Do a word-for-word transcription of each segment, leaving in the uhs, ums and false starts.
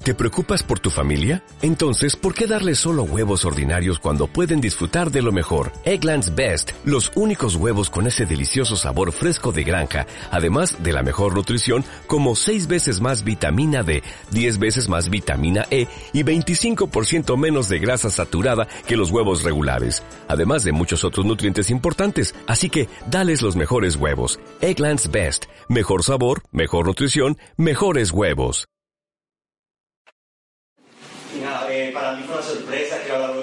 ¿Te preocupas por tu familia? Entonces, ¿por qué darles solo huevos ordinarios cuando pueden disfrutar de lo mejor? Eggland's Best, los únicos huevos con ese delicioso sabor fresco de granja, además de la mejor nutrición, como seis veces más vitamina D, diez veces más vitamina E y veinticinco por ciento menos de grasa saturada que los huevos regulares, además de muchos otros nutrientes importantes. Así que, dales los mejores huevos. Eggland's Best, mejor sabor, mejor nutrición, mejores huevos. Y nada, eh, para mí fue una sorpresa que hablar hoy.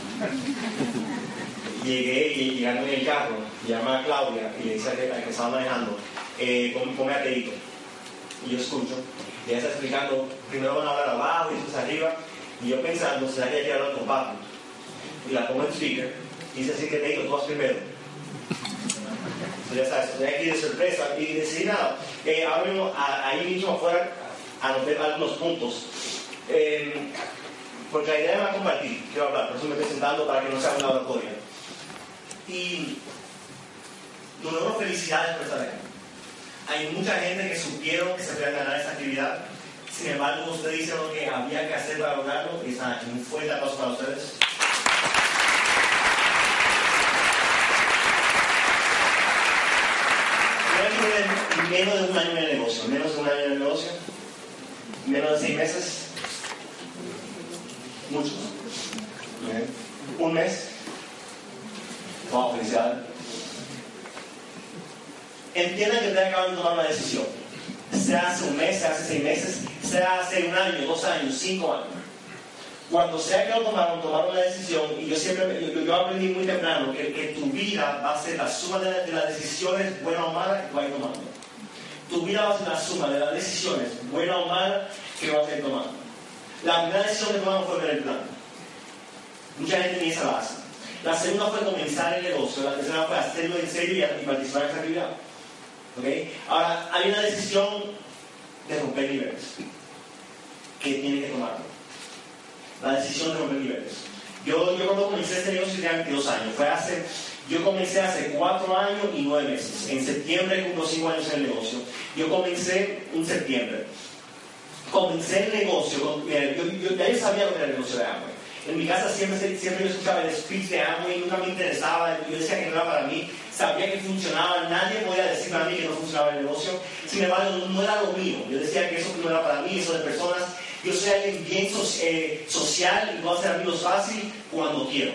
Llegué y llegaron en el carro, llama a Claudia y le dice a la que estaba manejando, eh, ponme ateíto. Y yo escucho, y ella está explicando, primero van a hablar abajo y después arriba, y yo pensando, será que hay que hablar con papi. Y la pongo en speaker, y dice así que ateíto, tú vas primero. Entonces ya sabes, estoy aquí de sorpresa, y decidí nada, eh, ahora mismo, a, ahí mismo afuera, anoté algunos puntos. Eh, porque la idea es compartir, quiero hablar, por eso me estoy sentando para que no sea una oratoria. Y número uno, felicidades por estar aquí. Hay mucha gente que supieron que se podía ganar esta actividad, sin embargo ustedes hicieron lo que había que hacer para lograrlo y están aquí. Un fuerte aplauso para ustedes. Yo aquí menos de un año en el negocio, menos de un año en el negocio, menos de seis meses. Muchos. ¿Bien? Un mes. Wow, felicidades. Entiendan que ustedes acaban de tomar una decisión. Sea hace un mes, sea hace seis meses, sea hace un año, dos años, cinco años. Cuando sea que lo tomaron, tomaron una decisión, y yo siempre, yo, yo aprendí muy temprano que, que tu vida va a ser la suma de, de las decisiones, buenas o malas, que tú vayas tomando. Tu vida va a ser la suma de las decisiones, buenas o malas, que vas a ir tomando. La primera decisión que tomamos fue ver el plan. Mucha gente ni esa la hace. La segunda fue comenzar el negocio. La tercera fue hacerlo en serio y participar en esa actividad. ¿Okay? Ahora, hay una decisión de romper niveles que tiene que tomarlo. La decisión de romper niveles. Yo, yo cuando comencé este negocio tenía veintidós años. Fue hace, yo comencé hace cuatro años y nueve meses. En septiembre cumplo cinco años en el negocio. Yo comencé en septiembre. Comencé el negocio, yo, yo, ya yo sabía lo que era el negocio de Amway. En mi casa siempre, siempre yo escuchaba el speech de Amway y nunca me interesaba, yo decía que no era para mí, sabía que funcionaba, nadie podía decirme a mí que no funcionaba el negocio, sin embargo no era lo mío, yo decía que eso no era para mí, eso de personas, yo soy alguien bien so, eh, social y puedo hacer amigos fácil cuando quiero.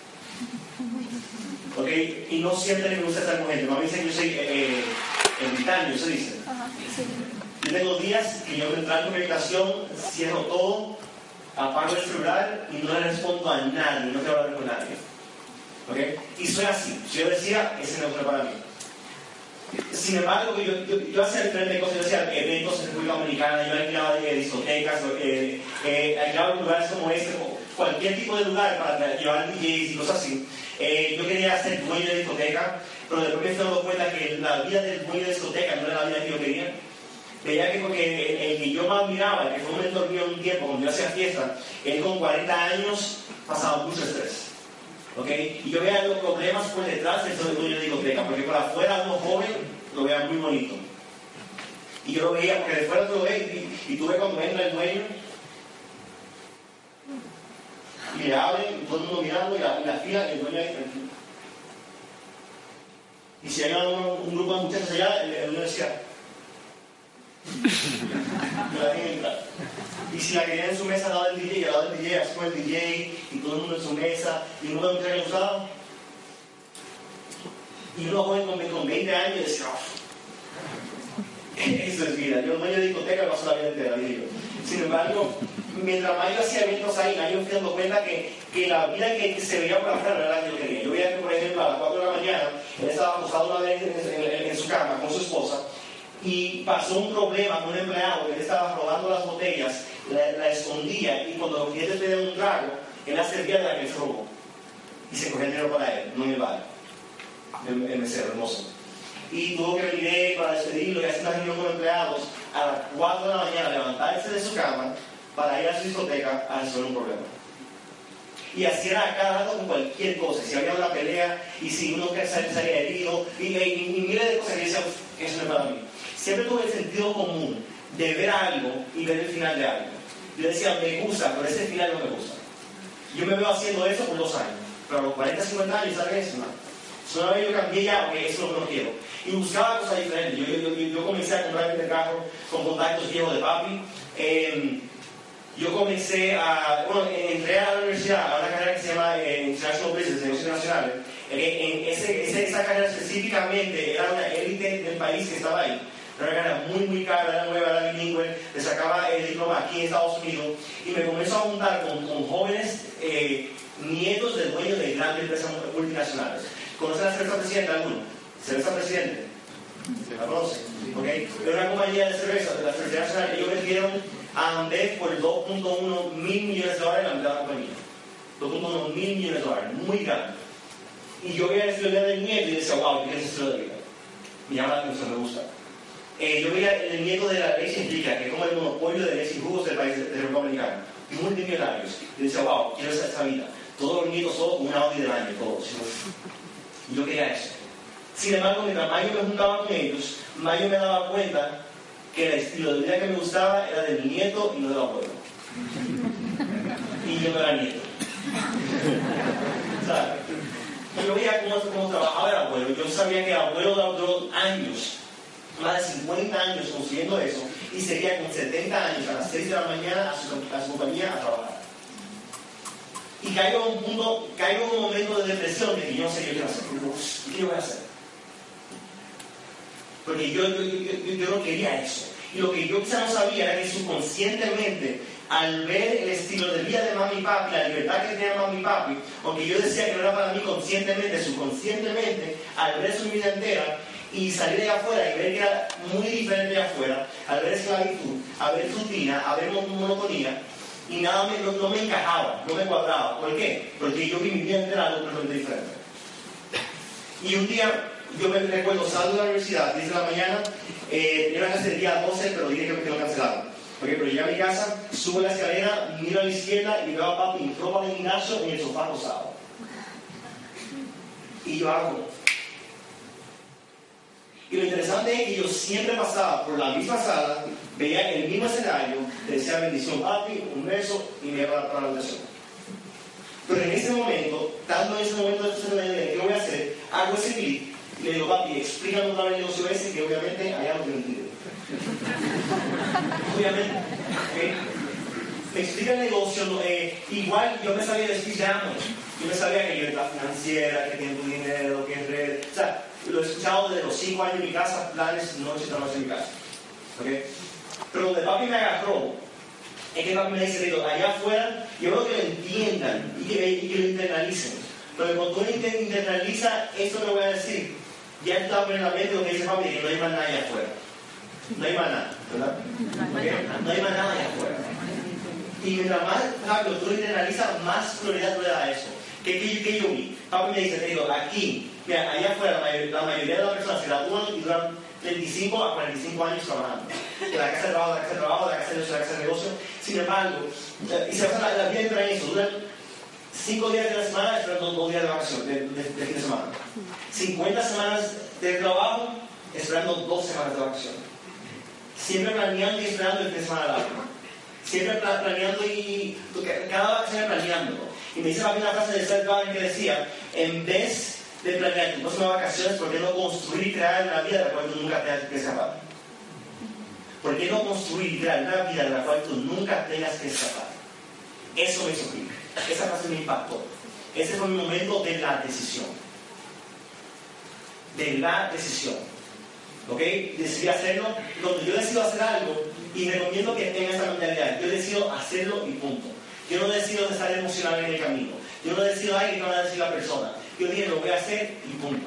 ¿Okay? Y no siempre me gusta estar con gente, no me dicen que yo soy eh, ermitaño, eso dice. Yo tengo días que yo me entro en mi habitación, cierro todo, apago el celular y no le respondo a nadie, no quiero hablar con nadie. ¿Okay? Y soy así. Si yo decía, ese no es para mí. Sin embargo, yo, yo, yo hacía diferentes cosas, yo hacía eventos en República Dominicana, yo alquilaba eh, discotecas, eh, eh, alquilaba lugares como este, cualquier tipo de lugar para llevar D Js y cosas así. Eh, yo quería ser dueño de discoteca, pero después me estoy dando cuenta que la vida del dueño de discoteca no era la vida que yo quería. Veía que porque el, el que yo más miraba, el que fue un mentor mío un tiempo, cuando yo hacía fiesta, él con cuarenta años pasaba mucho estrés. ¿Okay? Y yo veía los problemas por detrás del dueño de discoteca, porque por afuera uno joven lo veía muy bonito. Y yo lo veía porque de fuera tú lo ves y, y tú ves cuando entra el dueño y le abren, y todo el mundo mirando y la, y la fila, el dueño ahí tranquilo. Y si había un, un grupo de muchachos allá, el, el dueño decía, y si la querían en su mesa al lado del D J, y al lado del D J, así con el D J y todo el mundo en su mesa y uno de un tren usado y uno joven con, con veinte años decía, oh, eso es vida. Yo no voy a discoteca, paso la vida entera, digo. Sin embargo, mientras más yo hacía eventos ahí, más yo fui dando cuenta que, que la vida que se veía por afuera no era la que yo quería. Yo veía que, por ejemplo, a las cuatro de la mañana él estaba acostado una vez en, en, en, en su cama con su esposa. Y pasó un problema con un empleado que él estaba robando las botellas, la, la escondía y cuando los clientes pedían un trago, él la servía de la que él se robó. Y se cogía el dinero para él, no en el bar. El, el mesero, hermoso. Y tuvo que venir para despedirlo y hacer una reunión con empleados a las cuatro de la mañana, levantarse de su cama para ir a su discoteca a resolver un problema. Y así era a cada rato con cualquier cosa. Si había una pelea y si uno salía herido y, y, y, y miles de cosas que decían, eso no es para mí. Siempre tuve el sentido común de ver algo y ver el final de algo. yo decía, me gusta, pero ese final no me gusta. Yo me veo haciendo eso por dos años, pero a los cuarenta, cincuenta años, ¿sabes eso? No. Una vez yo cambié ya, ok, eso es lo que no quiero. Y buscaba cosas diferentes. Yo, yo, yo, yo comencé a comprar este carro con contactos viejos de papi. Eh, yo comencé a, bueno, entré a la universidad, a una carrera que se llama eh, International Business, Negocios Internacionales. Eh, en ese, ese, esa carrera específicamente era una élite del país que estaba ahí. Era una carrera muy, muy cara, era nueva, era bilingüe, le sacaba el diploma aquí en Estados Unidos y me comenzó a juntar con, con jóvenes eh, nietos de dueños de grandes empresas multinacionales. ¿Conocen a la cerveza Presidente alguno? ¿Cerveza Presidente? ¿La conocen? ¿Okay? Era una compañía de cerveza, de la cerveza nacional, ellos vendieron a Ambev por dos punto uno mil millones de dólares en la compañía. dos punto uno mil millones de dólares, muy grande. Y yo veía el estilo de vida del nieto y decía, wow, ¿qué es ese estilo de vida? Me llama la atención, me gusta. Eh, yo veía el nieto de la leche Rica, que es como el monopolio de leche y jugos del país de, de República Dominicana, multimillonarios. Y decía, wow, quiero esa, esa vida. Todos los nietos solo con una Audi del año, todos. Y yo quería eso. Sin embargo, mientras más yo me juntaba con ellos, más yo me daba cuenta que el estilo de vida que me gustaba era del nieto y no del abuelo. Y yo no era nieto. ¿Sabes? Yo veía cómo, cómo trabajaba el abuelo. Yo sabía que el abuelo duró años, más de cincuenta años consiguiendo eso, y seguía con setenta años a las seis de la mañana a su, a su compañía a trabajar. Y caigo en un punto, caigo en un momento de depresión de que yo no sé qué quiero hacer. ¿Qué yo voy a hacer? Porque yo, yo, yo, yo, yo no quería eso. Y lo que yo quizá no sabía era que subconscientemente, al ver el estilo de vida de mami y papi, la libertad que tenía mami y papi, aunque yo decía que no era para mí conscientemente, subconscientemente, al ver su vida entera y salir de afuera y ver que era muy diferente de afuera, al ver esclavitud, a ver rutina, a ver monotonía, y nada me, no, no me encajaba, no me cuadraba. ¿Por qué? Porque yo vi mi vida entera algo completamente diferente. Y un día, yo me recuerdo, salgo de la universidad, diez de la mañana, eh, tenía una clase del día doce, pero dije que me lo cancelaron. Okay, pero llegué a mi casa, subo la escalera, miro a la izquierda y veo a papi en ropa de gimnasio en el sofá rosado. Y yo hago. Y lo interesante es que yo siempre pasaba por la misma sala, veía el mismo escenario, le decía bendición papi, un beso y me iba para, para la habitación. Pero en ese momento, tanto en ese momento de ¿qué voy a hacer? Hago ese clic y le digo, papi, explícame otra vez el negocio ese que obviamente hay algo que no entiendo. Obviamente, ¿okay? Me explica el negocio, eh, igual yo me sabía de Steve Jobs, yo me sabía que libertad financiera, que tiene tu dinero, que es red, o sea, lo he escuchado desde los cinco años en mi casa, planes, noches y noches en mi casa, ¿okay? Pero donde papi me agarró, es que papi me dice, digo, allá afuera, yo creo que lo entiendan y que, y que lo internalicen, pero cuando tú internaliza esto que voy a decir, ya está en la mente lo que dice papi, que no hay más nada allá afuera. No hay más nada, ¿verdad? ¿Okay? No hay más nada allá afuera. Y mientras más rápido tú lo internalizas, más prioridad tú le das a eso. ¿Qué, qué, qué yo vi? Papi me dice, te digo, aquí, mira, allá afuera, la mayoría, la mayoría de las personas se gradúan y duran veinticinco a cuarenta y cinco años trabajando. De la casa de trabajo, de la casa de trabajo, de la casa de negocio, de la casa de negocio. Sin embargo, y se pasa la, la vida entera en eso, duran cinco días de la semana esperando dos días de vacaciones, de, de, de fin de semana. cincuenta semanas de trabajo esperando dos semanas de vacaciones. Siempre planeando y esperando el fin de semana largo. Siempre planeando y cada vacación planeando. Y me dice papi una frase de Seth Godin que decía, en vez de planear tus próximas vacaciones, ¿por qué no construir y crear una vida de la cual tú nunca tengas que escapar? ¿Por qué no construir y crear una vida de la cual tú nunca tengas que escapar? Eso me hizo clic. Esa frase me impactó. Ese fue mi momento de la decisión. De la decisión. ¿Ok? Decidí hacerlo. Cuando yo decido hacer algo, y recomiendo que tenga esta mentalidad, yo decido hacerlo y punto. Yo no decido estar emocional en el camino. Yo no decido, ay, ¿qué va a decir la persona? Yo dije, lo voy a hacer y punto.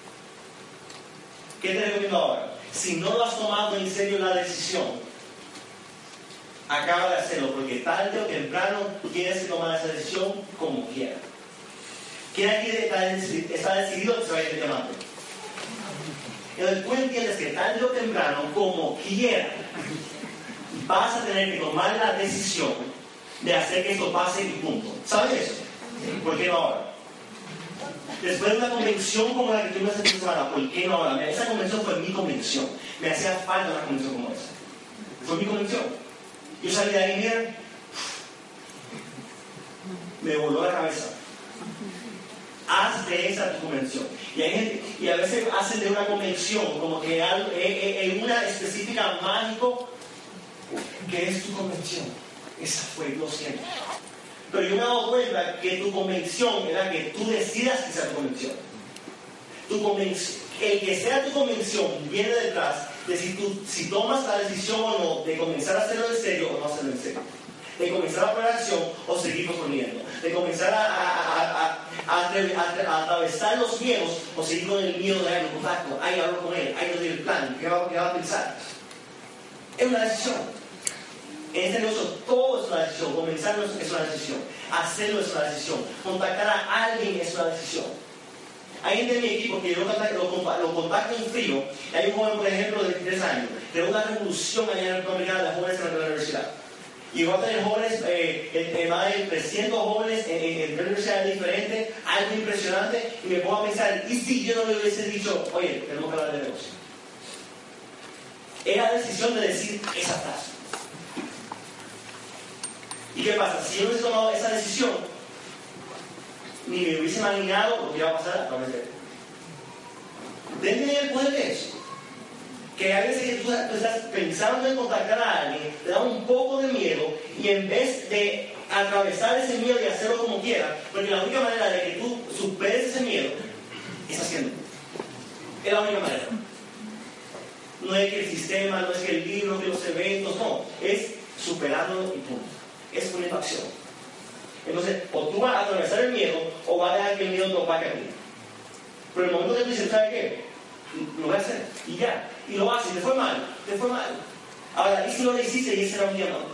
¿Qué te recomiendo ahora? Si no lo has tomado en serio la decisión, acaba de hacerlo, porque tarde o temprano tienes que tomar esa decisión como quiera. ¿Quién aquí está decidido que se vaya a ir diamante? Entonces tú entiendes que tarde o temprano, como quiera, vas a tener que tomar la decisión de hacer que esto pase y punto. ¿Sabes eso? ¿Por qué no ahora? Después de una convención como la que tuvimos esta semana, ¿por qué no ahora? Esa convención fue mi convención. Me hacía falta una convención como esa. Fue mi convención. Yo salí de ahí, mira, me voló la cabeza. Haz de esa tu convención. Y, hay gente, y a veces hacen de una convención como que algo, en una específica mágico, que es tu convención. Esa fue, lo siento. Pero yo me he dado cuenta que tu convención era que tú decidas que sea tu convención. Tu convención, el que sea tu convención viene detrás de si, tú, si tomas la decisión o no de comenzar a hacerlo en serio o no hacerlo en serio. De comenzar a poner acción o seguir posponiendo. De comenzar a, a, a, a, a, a, a atravesar los miedos o seguir con el miedo de algo contacto. Ahí hablo con él, ahí no tiene el plan, ¿qué va, qué va a pensar? Es una decisión. En este negocio todo es una decisión. Comenzar es una decisión. Hacerlo es una decisión. Contactar a alguien es una decisión. Hay gente de mi equipo que yo lo, lo contacto en frío. Hay un joven, por ejemplo, de veintitrés años. Creó una revolución allá en República Dominicana de jóvenes en la universidad. Y va a tener jóvenes, eh, eh, más de trescientos jóvenes en, en, en universidades diferentes, algo impresionante, y me pongo a pensar, ¿y si yo no le hubiese dicho, oye, tenemos que hablar de negocio? Era decisión de decir esa frase. ¿Y qué pasa? Si yo no hubiese tomado esa decisión, ni me hubiese imaginado lo que iba a pasar a través de él. ¿Entienden el poder de eso? Que a veces que tú, tú estás pensando en contactar a alguien, te da un poco de miedo, y en vez de atravesar ese miedo y hacerlo como quieras, porque la única manera de que tú superes ese miedo es haciendo. Es la única manera. No es que el sistema, no es que el libro, que los eventos, no. Es superándolo y punto. Es poniendo acción. Entonces, o tú vas a atravesar el miedo, o vas a dejar que el miedo te opaque a ti. Pero el momento que tú dices, ¿sabes qué? Lo voy a hacer, y ya. Y lo haces, te fue mal, te fue mal. Ahora, ¿y si no lo hiciste y ese era un día malo?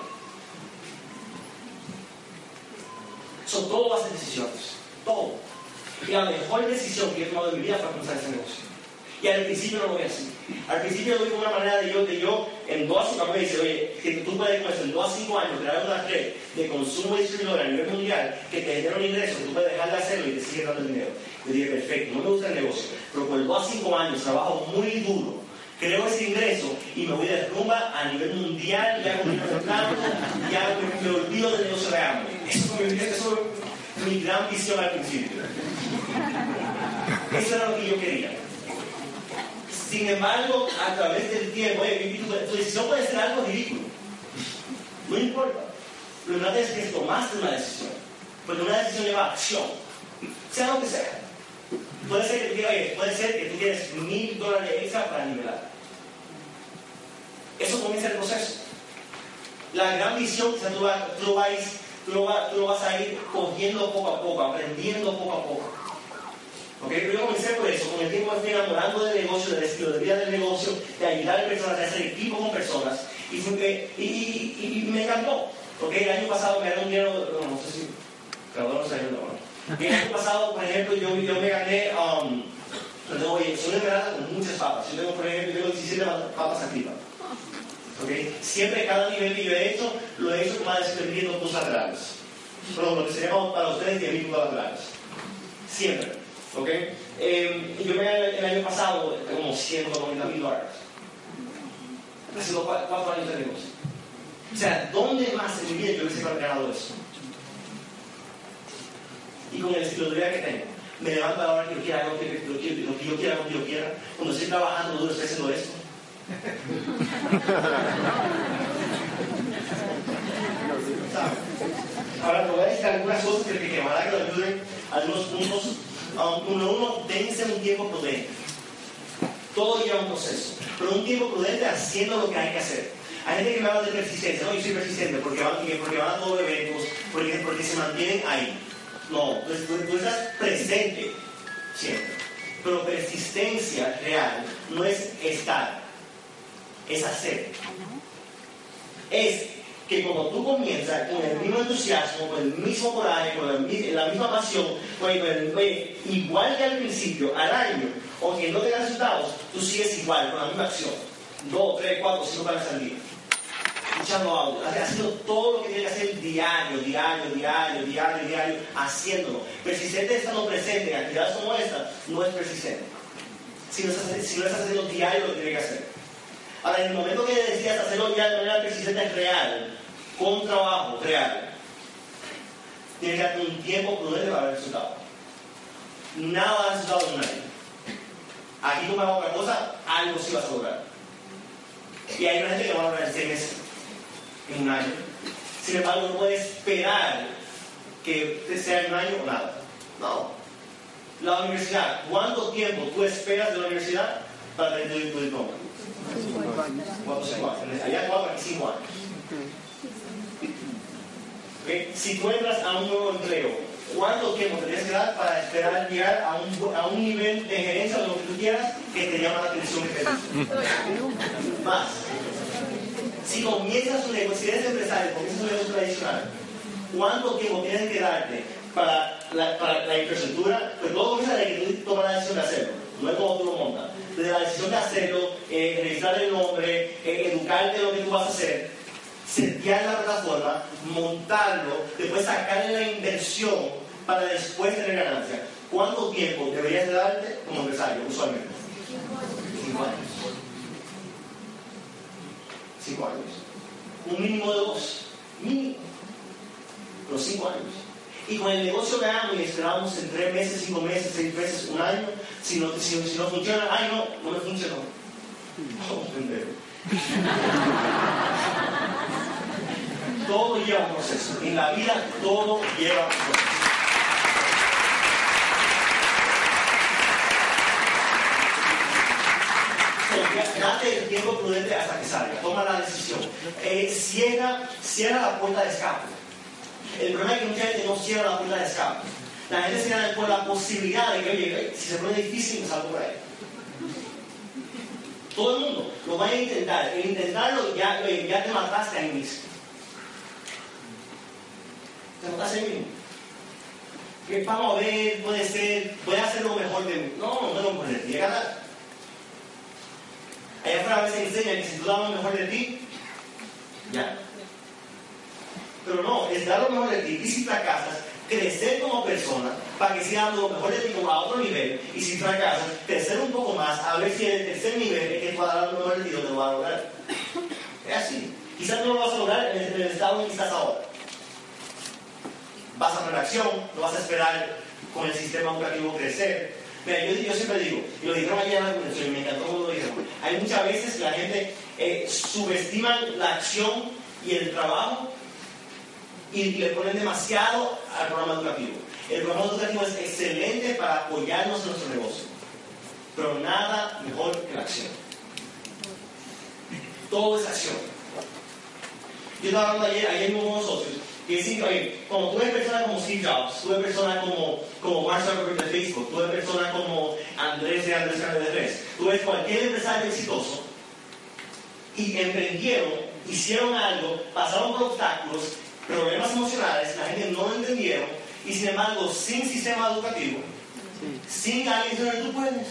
Son todo va a ser decisiones. Todo. Y la mejor decisión que he tomado en mi vida fue comenzar ese negocio. Y al principio no lo voy a hacer. Al principio lo vi como una manera de yo, de yo en dos a cinco años, me dice, oye, que tú puedes con eso, en dos a cinco años crear una red de consumo y distribuidor a nivel mundial que te genera un ingreso, que tú puedes dejar de hacerlo y te sigue dando el dinero. Yo dije, perfecto, no me gusta el negocio, pero por dos a cinco años trabajo muy duro, creo ese ingreso y me voy de rumba a nivel mundial, ya con mi plano, ya me, me olvido del negocio de hambre. Eso fue, mi, eso fue mi gran visión al principio. Eso era lo que yo quería. Sin embargo, a través del tiempo, oye, tu, tu decisión puede ser algo ridículo. No importa. Lo importante es que tomaste una decisión. Porque una decisión lleva a acción. Sea lo que sea. Puede ser que tú quieras, oye, puede ser que tú quieres mil dólares extra para nivelar. Eso comienza el proceso. La gran visión, o sea, tú, vas, tú, lo vas, tú, lo vas, tú lo vas a ir cogiendo poco a poco, aprendiendo poco a poco. Okay, pero yo comencé por eso, con el tiempo me fui enamorando del negocio, del estilo de vida del negocio, de ayudar a personas, de hacer equipo con personas, y, fue que, y, y, y me encantó. Okay, el año pasado me gané un dinero, no, no sé si, claro, no sé, no. El año pasado, por ejemplo, yo, yo me gané, um, oye, soy una esmeralda con muchas papas. Yo tengo, por ejemplo, tengo diecisiete papas activas. Okay, siempre cada nivel que yo he hecho, lo he hecho con más de setenta mil puntos laterales. Pero lo que sería para ustedes diez mil puntos laterales. Siempre. ¿Ok? Eh, yo me gané el año pasado como ciento noventa mil dólares. Hace cuatro, cuatro años de negocio. O sea, ¿dónde más en mi vida yo hubiese ganado eso? Y con el estilo de vida que tengo, me levanto a la hora que yo quiera, hago lo que, lo, que, lo que yo quiera, lo que yo quiera. Cuando estoy trabajando duro, estoy haciendo esto. Ahora te voy a decir algunas cosas que, que van a que lo ayuden, algunos puntos. Um, uno, uno, dense un tiempo prudente. Todo lleva un proceso, pero un tiempo prudente haciendo lo que hay que hacer. Hay gente que me habla de persistencia. No, yo soy persistente porque van, porque van a todos los eventos, porque, porque se mantienen ahí. No, tú, tú, tú estás presente siempre. Pero persistencia real no es estar, es hacer. Es que como tú comienzas con el mismo entusiasmo, con el mismo coraje, con la, la misma pasión, con el, con el, igual que al principio, al año, aunque no tengas resultados, tú sigues igual, con la misma acción. Dos, tres, cuatro, cinco planes al día. Escuchando audio, haciendo todo lo que tienes que hacer diario, diario, diario, diario, diario, haciéndolo. Persistente estando presente en actividades como esta, no es persistente. Si no estás, si no estás haciendo diario lo que tienes que hacer. Ahora, en el momento que decidas hacerlo ya de manera persistente, real, con trabajo real, Tienes que darte un tiempo prudente para ver resultados. Nada da resultado en un año. Aquí tú me hagas otra cosa, algo sí vas a lograr. Y hay una gente que lo va a lograr en seis meses, en un año. Sin embargo, no puedes esperar que sea en un año o nada. No. La universidad, ¿cuánto tiempo tú esperas de la universidad para tener tu diploma? Cinco años. ¿Cuántos cinco años? Allá cuatro, aquí cinco años. ¿Okay? Si tú entras a un nuevo empleo, ¿cuánto tiempo tendrías que dar para esperar llegar a un, a un nivel de gerencia o de lo que tú quieras que te llama la atención y te más? Si comienzas un negocio, si eres empresario, comienzas un negocio tradicional, ¿cuánto tiempo tienes que darte para la, para la infraestructura? Pues todo comienza desde que tú tomas la decisión de hacerlo, no es como tú lo montas. Desde la decisión de hacerlo, eh, registrar el nombre, eh, educarte de lo que tú vas a hacer, setear la plataforma, montarlo, después sacarle la inversión para después tener ganancia. ¿Cuánto tiempo deberías de darte como empresario, usualmente? Cinco años. Cinco años. Un mínimo de dos. Mínimo. Los cinco años. Y con el negocio que hagamos y esperamos en tres meses, cinco meses, seis meses, un año, si no, si, si no funciona, ay no, no me funcionó. No, pendejo. Todo lleva un proceso. En la vida todo lleva un proceso. Date el tiempo prudente hasta que salga. Toma la decisión. Eh, cierra, cierra la puerta de escape. El problema es que mucha gente no cierra la puerta de escape. La gente cierra por la posibilidad de que, oye, si se pone difícil, me salgo por ahí. Todo el mundo lo va a intentar. El intentarlo ya, ya te mataste ahí mismo. Te mataste ahí mismo. Que vamos a ver, puede ser, voy a hacer lo mejor de mí. No, no es lo mejor de ti. Llega a dar. Allá afuera a veces enseñan que si tú das lo mejor de ti, ya. Pero no, es dar lo mejor de ti. Y si fracasas, crecer como persona para que sigas dando lo mejor de ti como a otro nivel. Y si fracasas, crecer un poco más a ver si en el tercer nivel es que tú vas a dar lo mejor de ti donde lo vas a lograr. Es así. Quizás no lo vas a lograr en el, en el estado en que estás ahora. Vas a poner acción, no vas a esperar con el sistema educativo crecer. Mira, yo, yo siempre digo, y lo dijeron ayer en la convención y me encantó cómo lo dijeron, hay muchas veces que la gente eh, subestima la acción y el trabajo y, y le ponen demasiado al programa educativo. El programa educativo es excelente para apoyarnos en nuestro negocio, pero nada mejor que la acción. Todo es acción. Yo estaba hablando ayer, ayer con unos socios, que decir, oye, como tú ves personas como Steve Jobs, tú ves personas como, como Mark Zuckerberg de Facebook, tú ves personas como Andrés de Andrés de Andrés, tú ves cualquier empresario exitoso y emprendieron, hicieron algo, pasaron por obstáculos, problemas emocionales, la gente no lo entendieron y sin embargo, sin sistema educativo, sin alguien diciendo, tú puedes,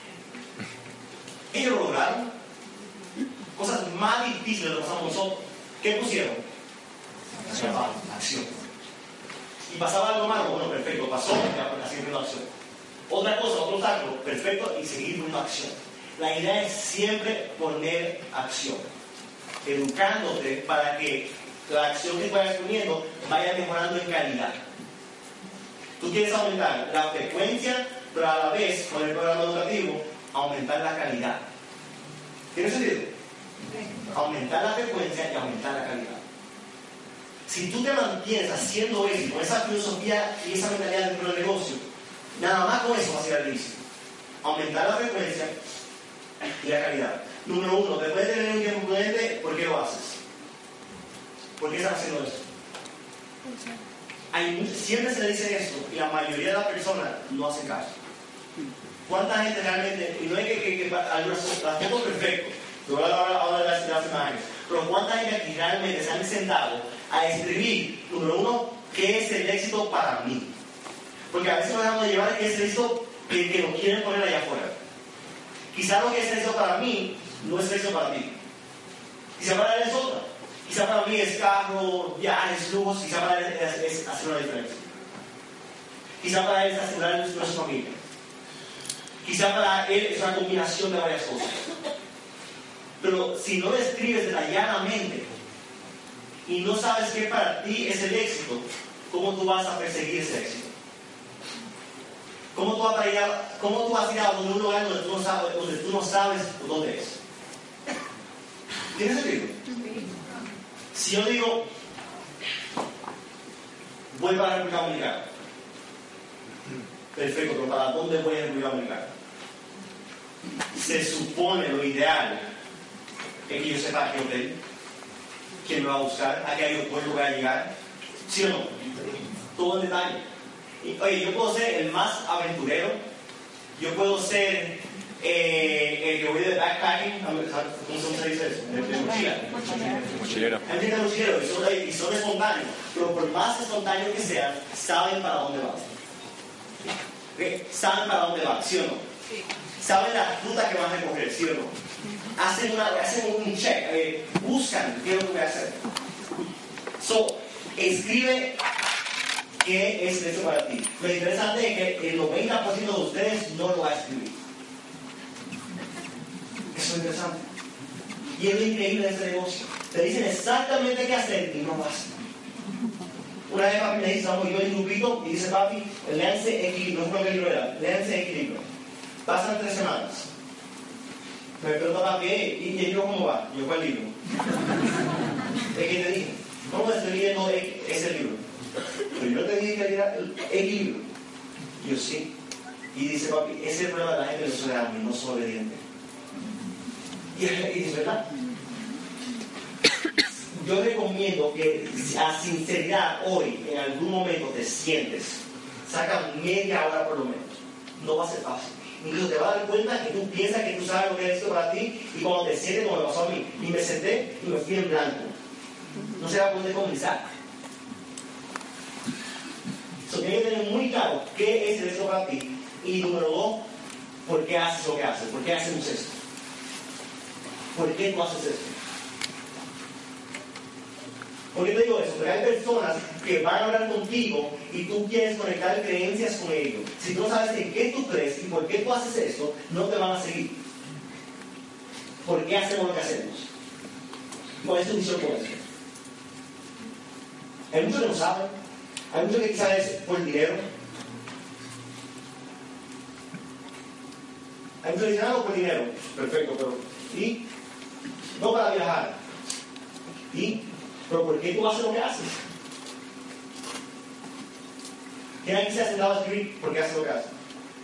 ellos lo lograron. Cosas más difíciles de lo que pasamos nosotros. ¿Qué pusieron? Acción. Y pasaba algo malo, bueno, perfecto, pasó, ya seguir poniendo acción. Otra cosa, otro obstáculo, perfecto, y seguir poniendo acción. La idea es siempre poner acción, educándote para que la acción que vayas poniendo vaya mejorando en calidad. Tú quieres aumentar la frecuencia, pero a la vez, con el programa educativo, aumentar la calidad. ¿Tiene sentido? Aumentar la frecuencia y aumentar la calidad. Si tú te mantienes haciendo eso, con esa filosofía y esa mentalidad dentro del negocio, nada más con eso vas a ir al inicio. Aumentar la frecuencia y la calidad. Número uno, después de tener un tiempo prudente, ¿por qué lo haces? ¿Por qué estás haciendo eso? Hay, siempre se le dice esto y la mayoría de las personas no hacen caso. ¿Cuánta gente realmente, y no es que, que, que algunas las tengo perfecto, te voy a hablar ahora de las, de las imágenes, pero cuánta gente aquí realmente se han sentado a escribir, número uno, qué es el éxito para mí? Porque a veces nos dejamos de llevar qué es el éxito que, que nos quieren poner allá afuera. Quizá lo que es el éxito para mí no es el éxito para ti. Quizá para él es otra. Quizá para mí es carro, viajes, lujos, quizá para él es, es hacer una diferencia. Quizá para él es asegurar nuestra familia. Quizá para él es una combinación de varias cosas. Pero si no lo escribes detalladamente y no sabes qué para ti es el éxito, ¿cómo tú vas a perseguir ese éxito? ¿Cómo tú vas a ir a, cómo tú vas a ir a un lugar donde tú no sabes, donde tú no sabes dónde es? ¿Tiene sentido? Si yo digo, voy para la República Dominicana, perfecto, pero ¿para dónde voy a la República Dominicana? Se supone lo ideal es que yo sepa a qué hotel, quién me va a buscar, a qué aeropuerto voy a llegar, ¿sí o no? Todo en detalle. Y, oye, yo puedo ser el más aventurero, yo puedo ser eh, el que voy de backpacking, ¿cómo se dice eso? De mochila. Mochilero. Hay gente de mochilero y son, y son espontáneos, pero por más espontáneos que sean, saben para dónde van. ¿Okay? Saben para dónde van, ¿sí o no? Sí. Saben la ruta que van a recorrer, ¿sí o no? Hacen, una, hacen un check, eh, buscan qué es lo que voy a hacer. So, escribe qué es eso para ti. Lo interesante es que el noventa por ciento de ustedes no lo va a escribir. Eso es interesante. Y es lo increíble de este negocio. Te dicen exactamente qué hacer y no lo hacen. Una vez papi me dice, vamos, yo en grupito, y dice papi, léanse Equilibrio, no es que libro era, léanse Equilibrio. Pasan tres semanas. Me pregunta papi, ¿y el libro cómo va? Yo, ¿cuál libro? Es que te dije, ¿cómo estoy leyendo ese libro? Pero yo no te dije que leyera el Equilibrio. Yo sí. Y dice papi, ese es el problema de la gente que no es no son obedientes. Y es verdad. Yo recomiendo que a sinceridad hoy, en algún momento te sientes, saca media hora por lo menos. No va a ser fácil. Incluso te vas a dar cuenta que tú piensas que tú sabes lo que es esto para ti y cuando te sientes, como me pasó a mí, y me senté y me fui en blanco. No se va a poder comenzar. So, tienes que tener muy claro qué es esto para ti y número dos, ¿por qué haces lo que haces? ¿Por qué hacemos esto? ¿Por qué tú haces esto? ¿Por qué te digo eso? Porque hay personas que van a hablar contigo y tú quieres conectar creencias con ellos. Si tú no sabes en qué tú crees y por qué tú haces esto, no te van a seguir. ¿Por qué hacemos lo que hacemos? ¿Cuál es tu visión con eso? Hay muchos que no saben. Hay muchos que quizás es por dinero. Hay muchos que dicen, ah, no, por dinero. Perfecto, pero ¿y? No para viajar. ¿Y? ¿Pero por qué tú haces lo que haces? ¿Quién aquí se ha sentado a escribir por qué hace lo que hace?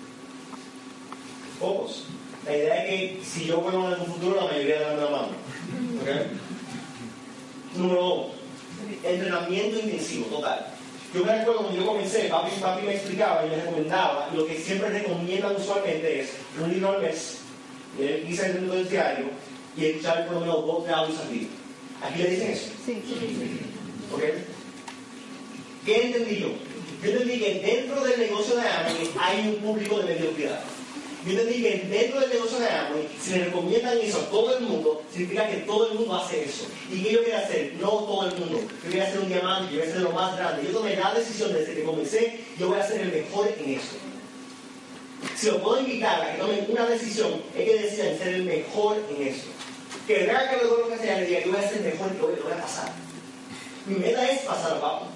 Pocos. La idea es que si yo vuelvo en un futuro, la mayoría de la mano. ¿Ok? Número dos. Entrenamiento intensivo, total. Yo me recuerdo cuando yo comencé, papi, papi me explicaba y me recomendaba, y lo que siempre recomiendan usualmente es un libro al mes, leer quince minutos del diario y escuchar por lo menos dos de audios al día. ¿Aquí le dicen eso? Sí. ¿Ok? ¿Qué entendí yo? Yo entendí que dentro del negocio de Amway hay un público de mediocridad. Yo entendí que dentro del negocio de Amway, si le recomiendan eso a todo el mundo, significa que todo el mundo hace eso. ¿Y qué yo quería hacer? No todo el mundo. Yo quería ser un diamante, yo quería ser lo más grande. Yo tomé la decisión desde que comencé, yo voy a ser el mejor en eso. Si lo puedo invitar a que tomen una decisión, es que decidan ser el mejor en eso. Que vean que luego lo que sea, le diga, yo voy a ser mejor y lo voy a pasar. Mi meta es pasar a papo.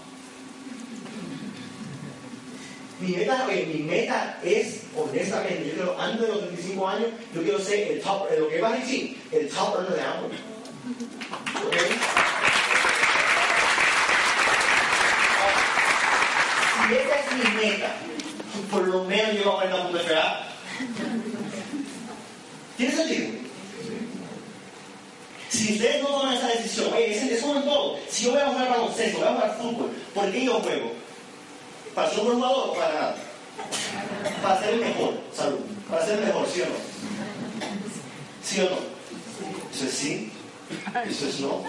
Mi meta, eh, mi meta es, honestamente, yo quiero, antes de los treinta y cinco años, yo quiero ser el top, lo que va a decir, el top earner de Amway. ¿Ok? Si esa es mi meta, por lo menos yo voy a poner la punta de esperar. ¿Tiene sentido? Si ustedes no toman esa decisión, oye, es, es como en todo. Si yo voy a jugar baloncesto, voy a jugar fútbol, ¿por qué yo juego? ¿Para ser un buen jugador o para nada? Para ser el mejor, salud. Para ser el mejor, ¿sí o no? ¿Sí o no? Eso es sí, eso es no.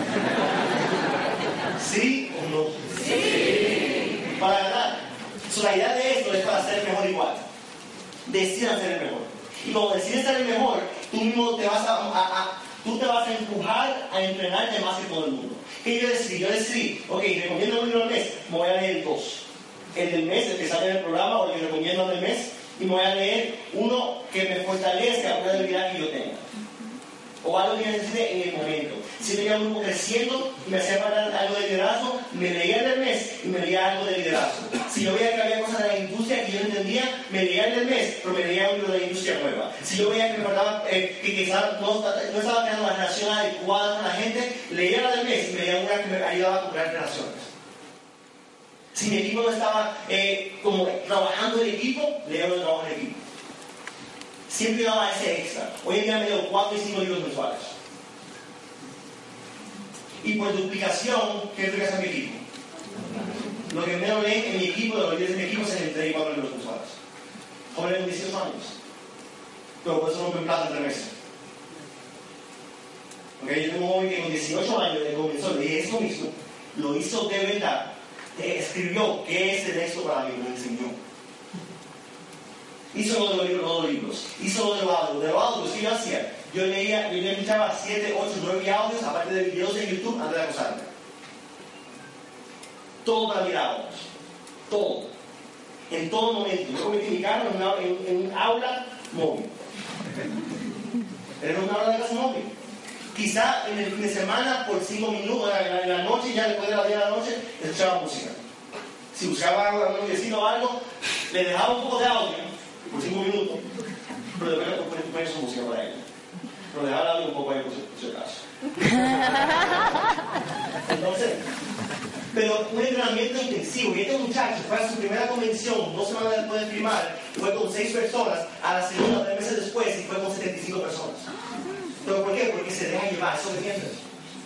¿Sí o no? Sí. Para ganar. So, la idea de esto es para ser el mejor igual. Decidan ser el mejor. Y cuando decides ser el mejor, tú mismo te vas a, a, a tú te vas a empujar a entrenarte más que todo el mundo. ¿Qué yo decidí? Yo decidí, ok, recomiendo un libro al mes, me voy a leer dos. El del mes, el que sale en el programa, o el que recomiendo del mes, y me voy a leer uno que me fortalezca una debilidad que yo tenga. O algo que necesite en el momento. Si yo tenía un grupo creciendo y me hacía falta algo de liderazgo, me leía el del mes y me leía algo de liderazgo. Si yo veía que había cosas de la industria que yo no entendía, me leía el del mes, pero me leía un libro de industria nueva. Si yo veía que me faltaba, eh, que quizás no, no estaba creando la relación adecuada con la gente, leía la del mes y me leía una que me ayudaba a comprar relaciones. Si mi equipo no estaba eh, como trabajando en equipo, leía un trabajo en equipo. Siempre daba ese extra. Hoy en día me leo cuatro y cinco libros mensuales. Y por duplicación, ¿qué duplicación mi equipo? Lo que menos leen en mi equipo, de los líderes de mi equipo, se les tres y cuatro libros mensuales. Jóvenes de dieciocho años. Pero por eso rompen plata entre meses. Okay, yo tengo un joven que con dieciocho años le comenzó, le dije eso mismo, lo hizo de verdad. Escribió qué es el texto para mí, me enseñó. Hizo lo de los libros, no los libros. Hizo lo de los audios. De los audios, ¿qué yo hacía? Yo leía, yo escuchaba siete, ocho, nueve audios, aparte de videos de YouTube, antes de acostarme. Todo para mirar audios. Todo. En todo momento. Yo convertí mi carro en, una, en, en un aula móvil. Era un aula de clase móvil. Quizá en el fin de semana, por cinco minutos, en la, en la noche, ya después de las diez de la noche, escuchaba música. Si buscaba a un vecino o algo, le dejaba un poco de audio por cinco minutos, pero después le ponía su música para ella. Pero dejaba el audio un poco ahí por si, por si acaso. Entonces, pero un entrenamiento intensivo. Y este muchacho fue a su primera convención, dos semanas después de firmar, y fue con seis personas, a la segunda, tres meses después, y fue con setenta y cinco personas. ¿Pero por qué? Porque se deja llevar, eso me entiendes.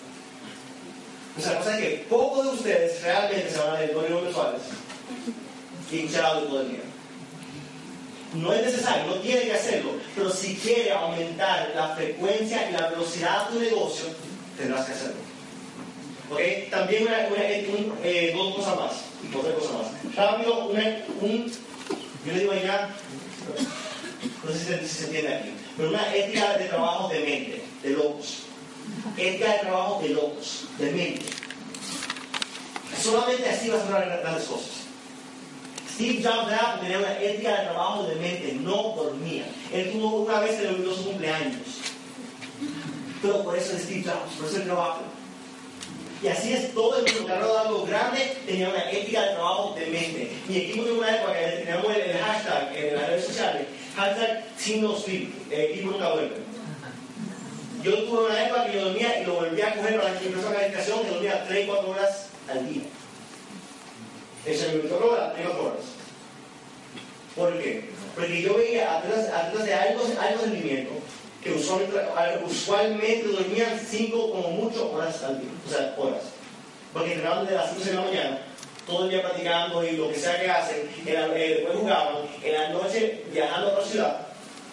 O sea, la cosa es que pocos de ustedes realmente se van a leer dos libros mensuales y escuchar audio todo el día. No es necesario, no tiene que hacerlo, pero si quiere aumentar la frecuencia y la velocidad de tu negocio, tendrás que hacerlo. ¿Ok? También una, una, un, eh, dos cosas más, y otra cosa más. Rápido, una, un, yo le digo allá, no sé si se, si se entiende aquí, pero una ética de trabajo de mente, de locos. Ética de trabajo de locos, de mente. Solamente así vas a lograr grandes cosas. Steve Jobs de Apple tenía una ética de trabajo de mente, no dormía. Él tuvo una vez, se le olvidó su cumpleaños. Pero por eso es Steve Jobs, por eso él trabaja. Y así es todo el mundo que ha logrado algo grande, tenía una ética de trabajo de mente. Mi equipo tuvo una época que teníamos el, el hashtag en las redes sociales, hashtag Team No Sleep, el equipo nunca duerme. Yo tuve una época que yo dormía y lo volví a coger para la próxima calificación, que dormía tres o cuatro horas al día. Eso me gustó lograr tres o cuatro horas. ¿Por qué? Porque yo veía atrás, atrás de algo, algo rendimiento que usualmente, usualmente dormían cinco como mucho horas al día, o sea, horas. Porque entrenaban desde las cinco de la mañana, todo el día practicando y lo que sea que hacen, en la, eh, después jugaban, en la noche viajando a otra ciudad.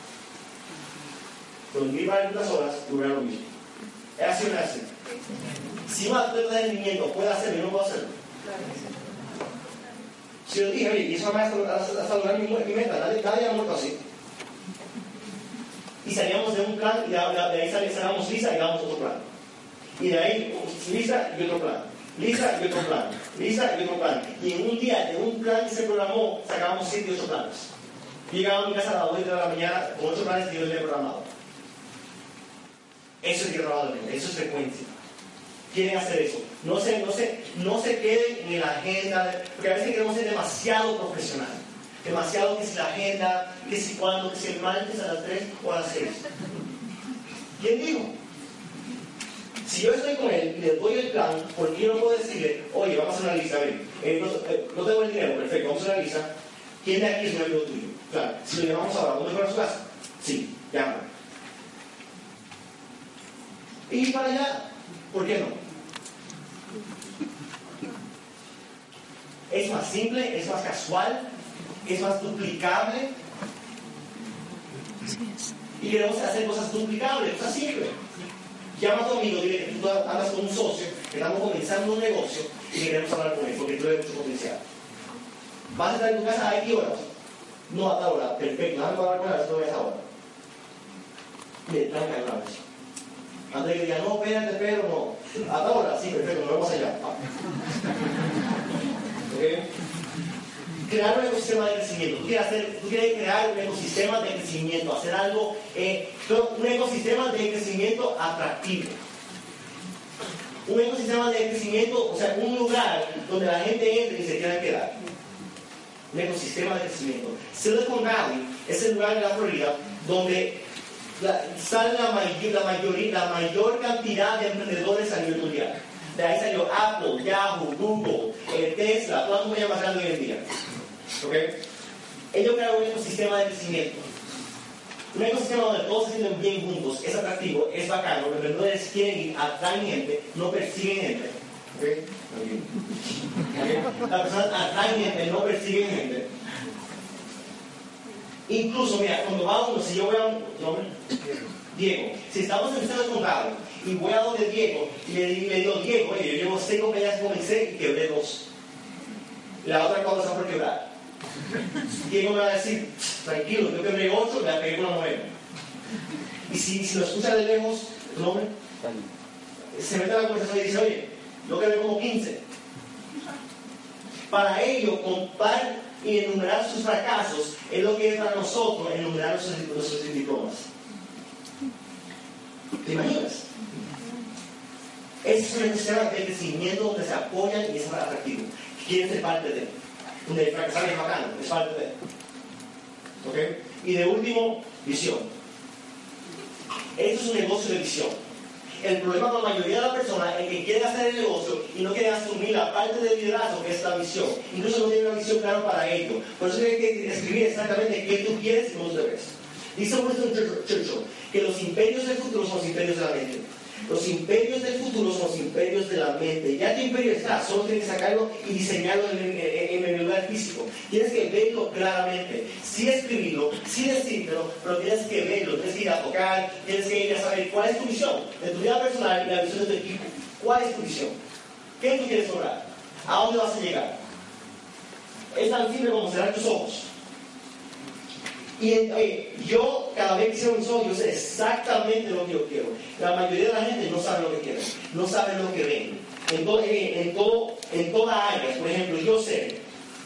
Dormir varias horas y durar lo mismo. Es así o no es así. Si un atleta de rendimiento puede hacerlo, yo no puedo hacerlo. Si yo dije, oye, y eso más hasta lograr mi, mi meta, nadie, nadie ha muerto así. Y salíamos de un plan y de, de ahí salíamos lisa y dábamos otro plan. Y de ahí lisa y otro plan. Lisa y otro plan. Lisa y otro plan. Y en un día de un plan que se programó, sacábamos siete y ocho planes. Y llegaba a mi casa a las dos de la mañana con ocho planes que yo les había programado. Eso es que trabajo de mente, eso es frecuencia. Quieren hacer eso. No se, no se, no se queden en la agenda, porque a veces queremos ser demasiado profesional. Demasiado que si la agenda, que si cuándo, que si el martes a las tres o a las seis. ¿Quién dijo? Si yo estoy con él y le doy el plan, ¿por qué yo no puedo decirle, oye, vamos a hacer una lista? A ver, eh, no, eh, no tengo el dinero, perfecto, vamos a hacer una lista. ¿Quién de aquí es un amigo tuyo? Claro, si lo llamamos ahora, ¿dónde fue a su casa? Sí, llámalo. Y para allá, ¿por qué no? Es más simple, es más casual, es más duplicable. Y queremos hacer cosas duplicables, cosas simples. Llama a tu amigo, dile que tú andas con un socio, que estamos comenzando un negocio y que queremos hablar con él porque tú tienes mucho potencial. ¿Vas a estar en tu casa a qué horas? No, a tal hora, perfecto, déjame hablar con él, eso lo ves ahora. Mire, tráeme a una vez. Antes de que diga, no, espérate, pero no. A tal hora, sí, perfecto, nos vemos allá. Ah. ¿Okay? Crear un ecosistema de crecimiento. Tú quieres, hacer, tú quieres crear un ecosistema de crecimiento, hacer algo, eh, un ecosistema de crecimiento atractivo. Un ecosistema de crecimiento, o sea, un lugar donde la gente entre y se quiera quedar. Un ecosistema de crecimiento. Silicon Valley es el lugar de la Florida donde la, sale la, may, la, mayoría, la mayor cantidad de emprendedores a nivel mundial. De ahí salió Apple, Yahoo, Google, eh, Tesla, todas las compañías más grandes hoy en día. ¿Okay? Ellos crearon un ecosistema de crecimiento. Un ecosistema donde todos se sienten bien juntos, es atractivo, es bacano, los emprendedores quieren ir, atraen gente, no persiguen gente. ¿Okay? Okay. Las personas atraen gente, no persiguen gente. Incluso, mira, cuando va uno, si yo voy a un nombre, Diego, si estamos en el centro de condado y voy a donde Diego y le, le digo, Diego, oye, yo llevo seis compañías que comencé y quebré dos. La otra cosa está por quebrar. Diego me va a decir, tranquilo, yo quebré ocho, la pegué con una mujer. Y si, si lo escucha de lejos, tu nombre, se mete a la conversación y dice, oye, yo quebré como quince. Para ello, contar y enumerar sus fracasos es lo que es para nosotros enumerar nuestros, nuestros diplomas. ¿Te imaginas? Ese es un ecosistema de crecimiento donde se apoyan y es atractivo. Quieren ser parte de él. Donde fracasar es bacano, es parte de él. ¿Ok? Y de último, visión. Esto es un negocio de visión. El problema con la mayoría de las personas es que quieren hacer el negocio y no quieren asumir la parte del liderazgo que es la visión. Incluso no tienen una visión clara para ello. Por eso hay que escribir exactamente qué tú quieres y cómo tú debes. Dice Winston Churchill que los imperios del futuro son los imperios de la mente. Los imperios del futuro son los imperios de la mente. Ya tu imperio está, solo tienes que sacarlo y diseñarlo en, en, en el lugar físico. Tienes que verlo claramente. Sí escribirlo, sí decirlo, pero tienes que verlo, tienes que ir a tocar, tienes que ir a saber cuál es tu visión de tu vida personal y la visión de tu equipo. ¿Cuál es tu visión? ¿Qué tú quieres lograr? ¿A dónde vas a llegar? Es tan simple como cerrar tus ojos. Y eh, yo, cada vez que cierro mis ojos, yo sé exactamente lo que yo quiero. La mayoría de la gente no sabe lo que quiere, no sabe lo que ven. En, todo, eh, en, todo, en todas áreas, por ejemplo, yo sé,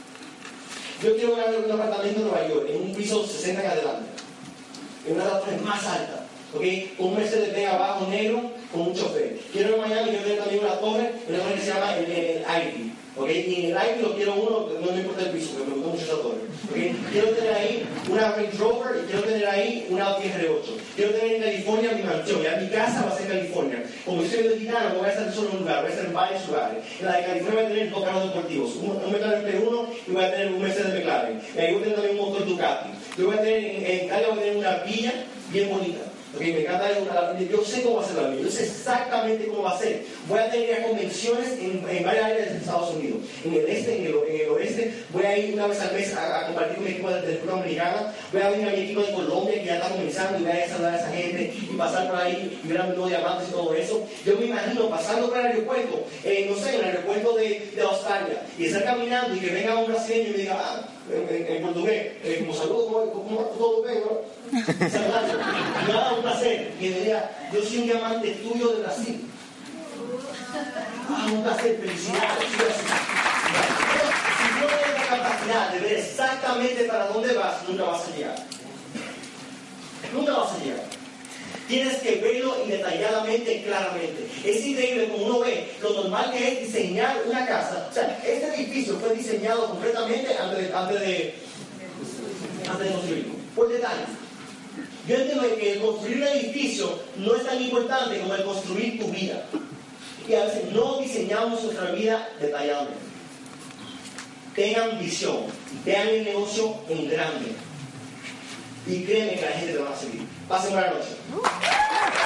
yo quiero ganar un apartamento en Nueva York, en un piso sesenta en adelante, en una de las torres más altas, ¿okay? Con un Mercedes-Benz abajo negro, con un chofer. Quiero en Miami, quiero tener también una torre, una torre que se llama el, el Ivy. ¿Okay? Y en el Ivy lo quiero uno, no me importa el piso, que me gustó mucho esa torre. ¿Okay? Quiero tener ahí una Range Rover y quiero tener ahí una Audi R ocho. Quiero tener en California mi mansión, ya mi casa va a ser California. Como yo soy mexicano, no voy a estar solo en un lugar, voy a estar en varios lugares. En la de California voy a tener dos carros deportivos, un, un McLaren P uno y voy a tener un Mercedes McLaren. Y ahí voy a tener también un motor Ducati. Yo voy a tener, en, en Italia voy a tener una villa bien bonita. Okay, me encanta una, yo sé cómo va a ser la vida, yo sé exactamente cómo va a ser. Voy a tener convenciones en, en varias áreas de Estados Unidos, en el este, en el, en el oeste. Voy a ir una vez al mes a, a compartir con mi equipo de la República Dominicana. Voy a venir a mi equipo de Colombia que ya está comenzando y voy a saludar a esa gente y pasar por ahí y ver a mis nuevos diamantes y todo eso. Yo me imagino pasando por el aeropuerto, eh, no sé, en el aeropuerto de, de Australia y estar caminando y que venga un brasileño y me diga, ah, en, en, en portugués, eh, como saludo, como, como todo bien, ¿no? Saludando. Y me va a dar un placer que me diga, yo soy un diamante tuyo de Brasil. Ah, un placer, felicidades. Si no tienes la capacidad de ver exactamente para dónde vas, nunca vas a llegar. Nunca vas a llegar. Tienes que verlo y detalladamente, claramente. Es increíble como uno ve lo normal que es diseñar una casa. O sea, este edificio fue diseñado completamente antes de, antes de, antes de construirlo. Por detalles. Yo entiendo que el construir un edificio no es tan importante como el construir tu vida. Y a veces no diseñamos nuestra vida detalladamente. Tengan visión, vean el negocio en grande. Y créeme que la gente te va a seguir. Pasen buena noche.